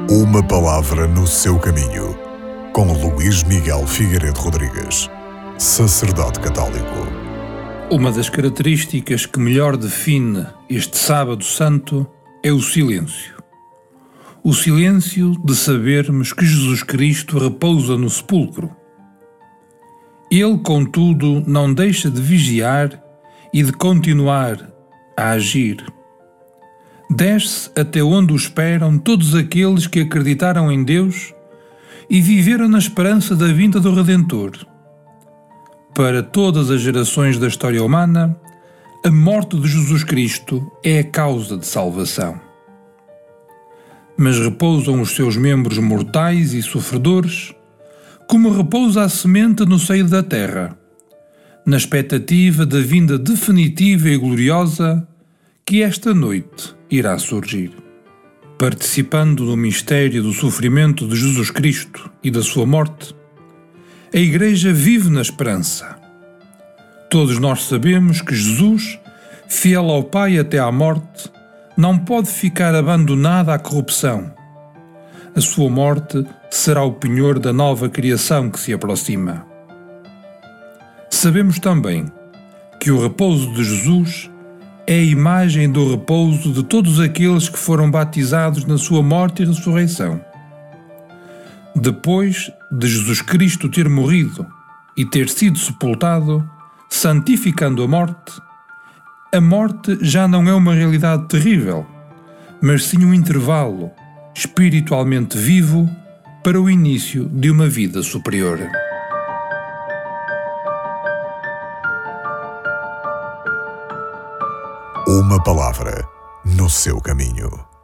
Uma palavra no seu caminho, com Luís Miguel Figueiredo Rodrigues, sacerdote católico. Uma das características que melhor define este Sábado Santo é o silêncio. O silêncio de sabermos que Jesus Cristo repousa no sepulcro. Ele, contudo, não deixa de vigiar e de continuar a agir. Desce até onde o esperam todos aqueles que acreditaram em Deus e viveram na esperança da vinda do Redentor. Para todas as gerações da história humana, a morte de Jesus Cristo é a causa de salvação. Mas repousam os seus membros mortais e sofredores, como repousa a semente no seio da terra, na expectativa da vinda definitiva e gloriosa que esta noite irá surgir. Participando do mistério do sofrimento de Jesus Cristo e da sua morte, a Igreja vive na esperança. Todos nós sabemos que Jesus, fiel ao Pai até à morte, não pode ficar abandonado à corrupção. A sua morte será o penhor da nova criação que se aproxima. Sabemos também que o repouso de Jesus é a imagem do repouso de todos aqueles que foram batizados na sua morte e ressurreição. Depois de Jesus Cristo ter morrido e ter sido sepultado, santificando a morte já não é uma realidade terrível, mas sim um intervalo espiritualmente vivo para o início de uma vida superior. Uma palavra no seu caminho.